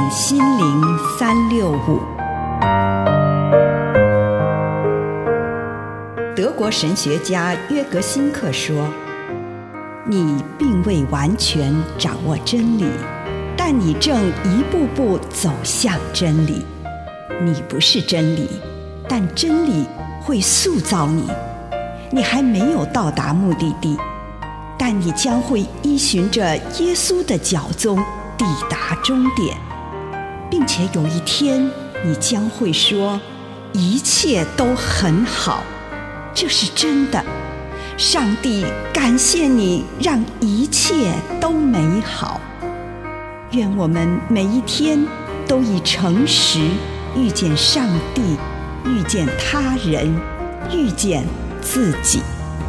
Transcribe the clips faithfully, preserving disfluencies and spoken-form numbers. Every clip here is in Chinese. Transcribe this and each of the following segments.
心灵三六五。德国神学家约格辛克说，你并未完全掌握真理，但你正一步步走向真理。你不是真理，但真理会塑造你。你还没有到达目的地，但你将会依循着耶稣的脚踪抵达终点，并且有一天你将会说，一切都很好。这是真的。上帝感谢你，让一切都美好。愿我们每一天都以诚实遇见上帝，遇见他人，遇见自己。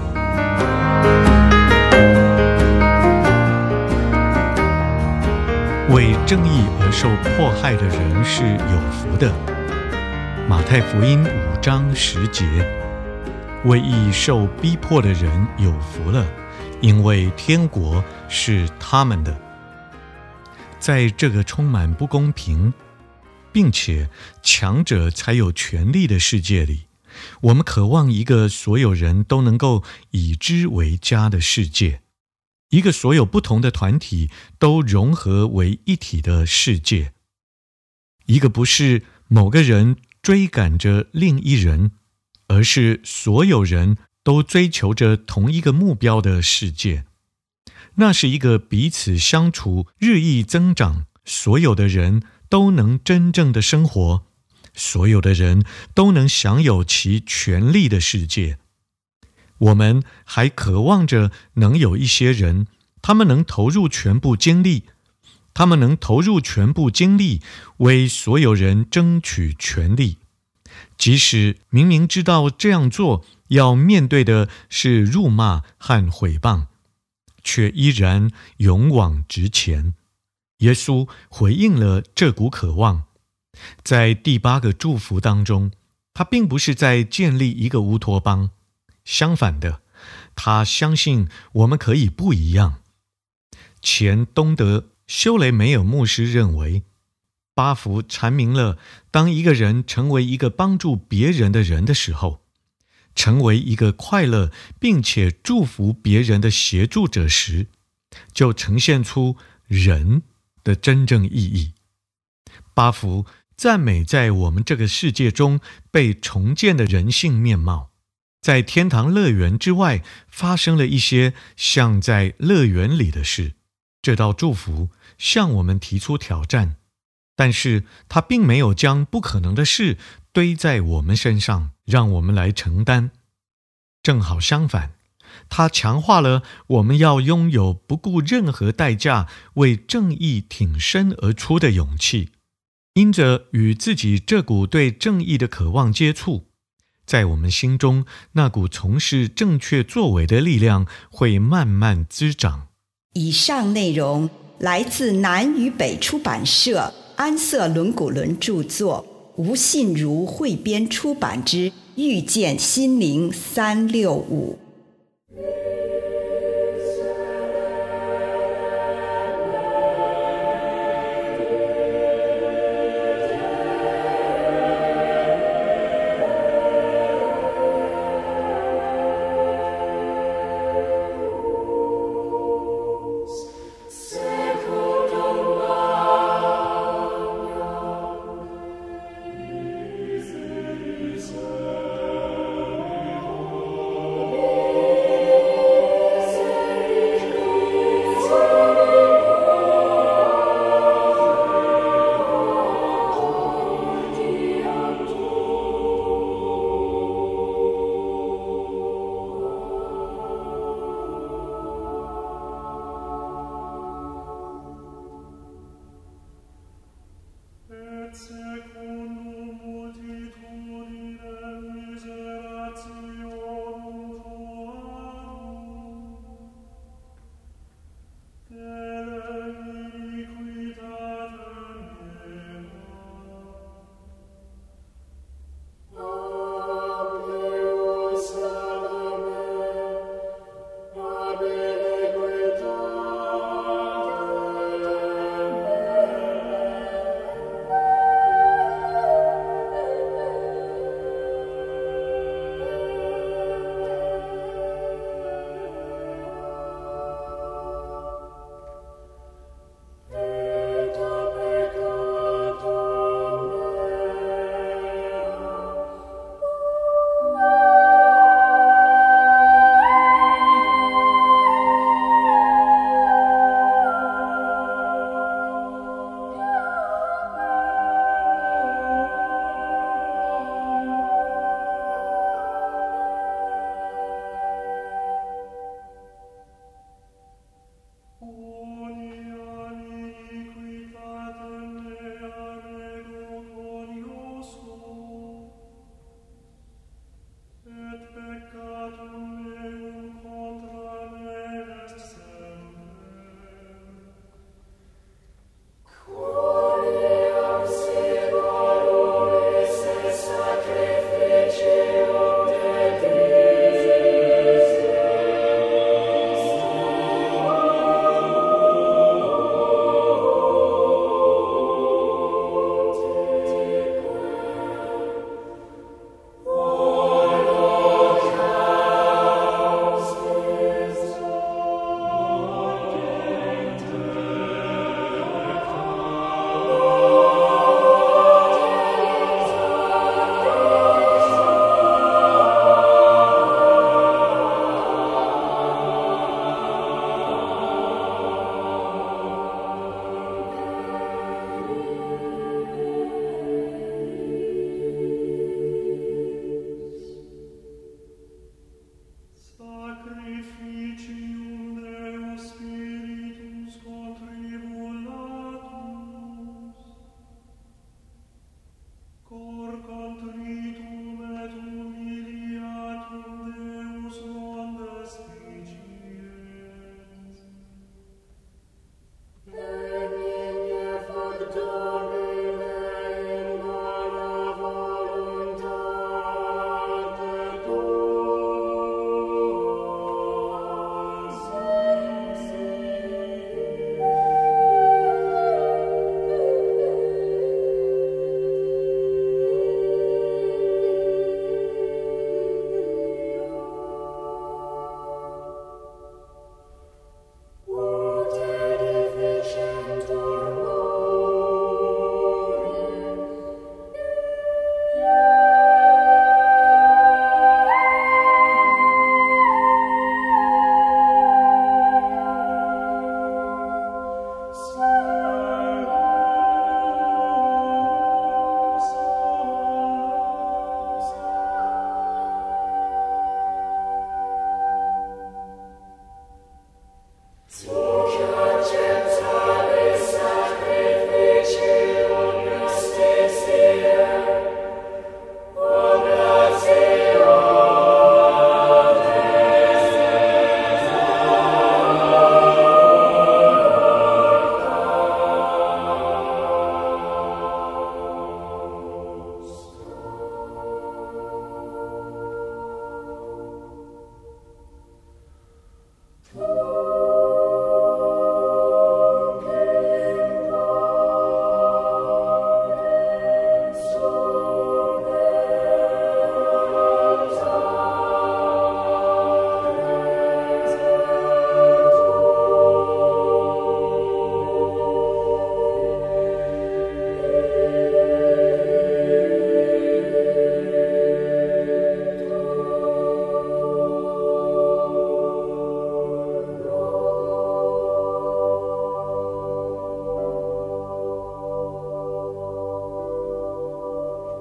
为正义而受迫害的人是有福的。马太福音五章十节。为义受逼迫的人有福了，因为天国是他们的。在这个充满不公平，并且强者才有权力的世界里，我们渴望一个所有人都能够以之为家的世界，一个所有不同的团体都融合为一体的世界，一个不是某个人追赶着另一人，而是所有人都追求着同一个目标的世界。那是一个彼此相处、日益增长，所有的人都能真正的生活，所有的人都能享有其权利的世界。我们还渴望着能有一些人，他们能投入全部精力，他们能投入全部精力为所有人争取权利。即使明明知道这样做要面对的是辱骂和毁谤，却依然勇往直前。耶稣回应了这股渴望，在第八个祝福当中，他并不是在建立一个乌托邦，相反的，他相信我们可以不一样。前东德修雷梅尔牧师认为，八福阐明了，当一个人成为一个帮助别人的人的时候，成为一个快乐并且祝福别人的协助者时，就呈现出人的真正意义。八福赞美在我们这个世界中被重建的人性面貌，在天堂乐园之外发生了一些像在乐园里的事。这道祝福向我们提出挑战，但是他并没有将不可能的事堆在我们身上，让我们来承担。正好相反，他强化了我们要拥有不顾任何代价为正义挺身而出的勇气。因着与自己这股对正义的渴望接触，在我们心中那股从事正确作为的力量会慢慢滋长。 以上内容来自南与北出版社安瑟伦古伦著作，吴信如汇编出版之《遇见心灵三六五》。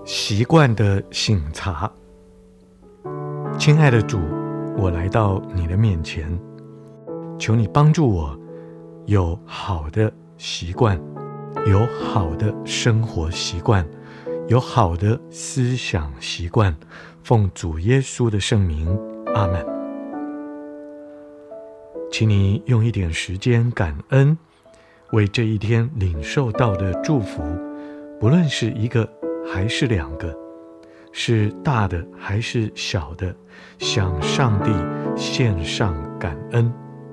习惯的省察。亲爱的主，我来到你的面前，求你帮助我有好的习惯，有好的生活习惯，有好的思想习惯，奉主耶稣的圣名，阿们。请你用一点时间感恩，为这一天领受到的祝福，不论是一个还是两个，是大的还是小的，向上帝献上感恩。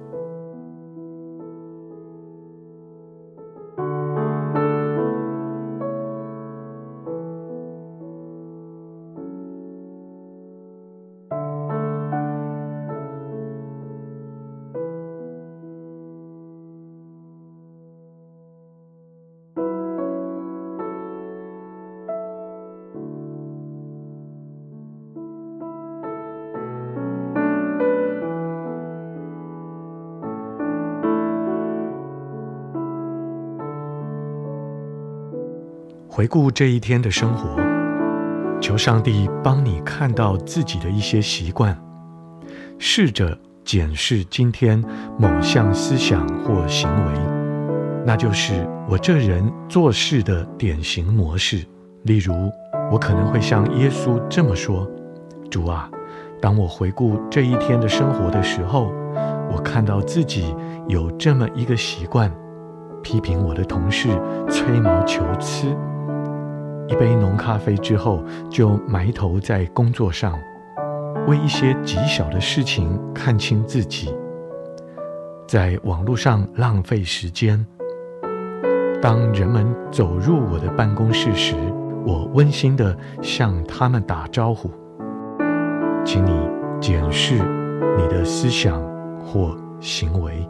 回顾这一天的生活，求上帝帮你看到自己的一些习惯，试着检视今天某项思想或行为，那就是我这人做事的典型模式。例如，我可能会向耶稣这么说：主啊，当我回顾这一天的生活的时候，我看到自己有这么一个习惯，批评我的同事吹毛求疵，一杯浓咖啡之后就埋头在工作上，为一些极小的事情看清自己，在网络上浪费时间。当人们走入我的办公室时，我温馨地向他们打招呼。请你检视你的思想或行为。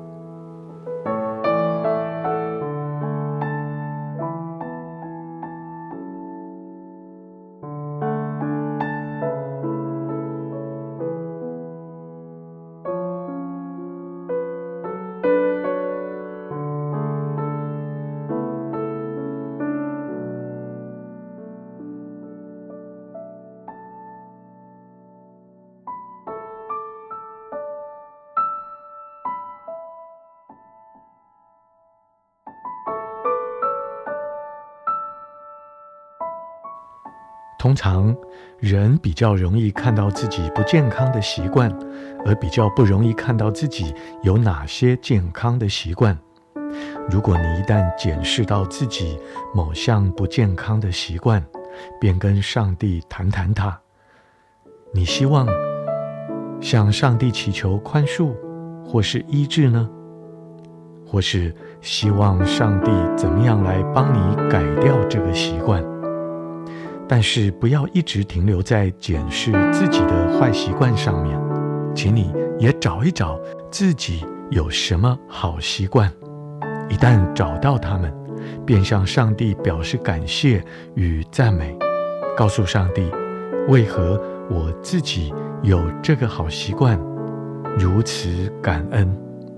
通常人比较容易看到自己不健康的习惯，而比较不容易看到自己有哪些健康的习惯。如果你一旦检视到自己某项不健康的习惯，便跟上帝谈谈它。你希望向上帝祈求宽恕或是医治呢？或是希望上帝怎么样来帮你改掉这个习惯？但是不要一直停留在检视自己的坏习惯上面，请你也找一找自己有什么好习惯。一旦找到它们，便向上帝表示感谢与赞美，告诉上帝为何我自己有这个好习惯，如此感恩。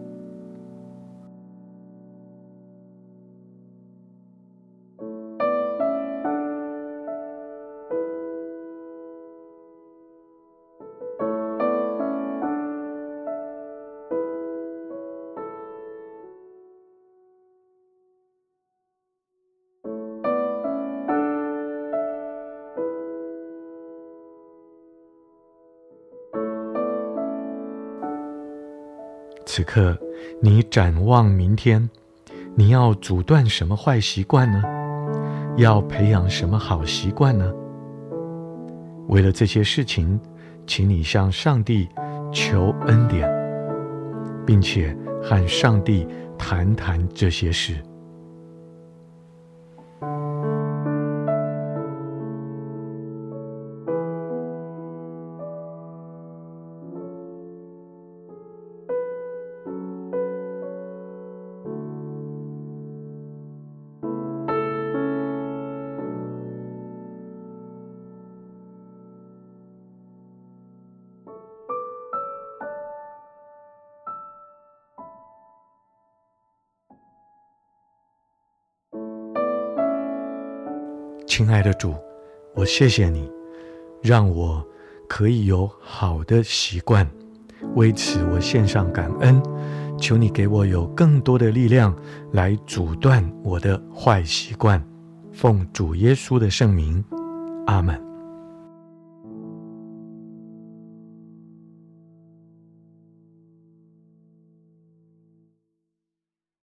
此刻，你展望明天，你要阻断什么坏习惯呢？要培养什么好习惯呢？为了这些事情，请你向上帝求恩典，并且和上帝谈谈这些事。亲爱的主， 我谢谢你，让我可以有好的习惯，为此我献上感恩。求你给我有更多的力量来阻断我的坏习惯。奉主耶稣的圣名，阿们。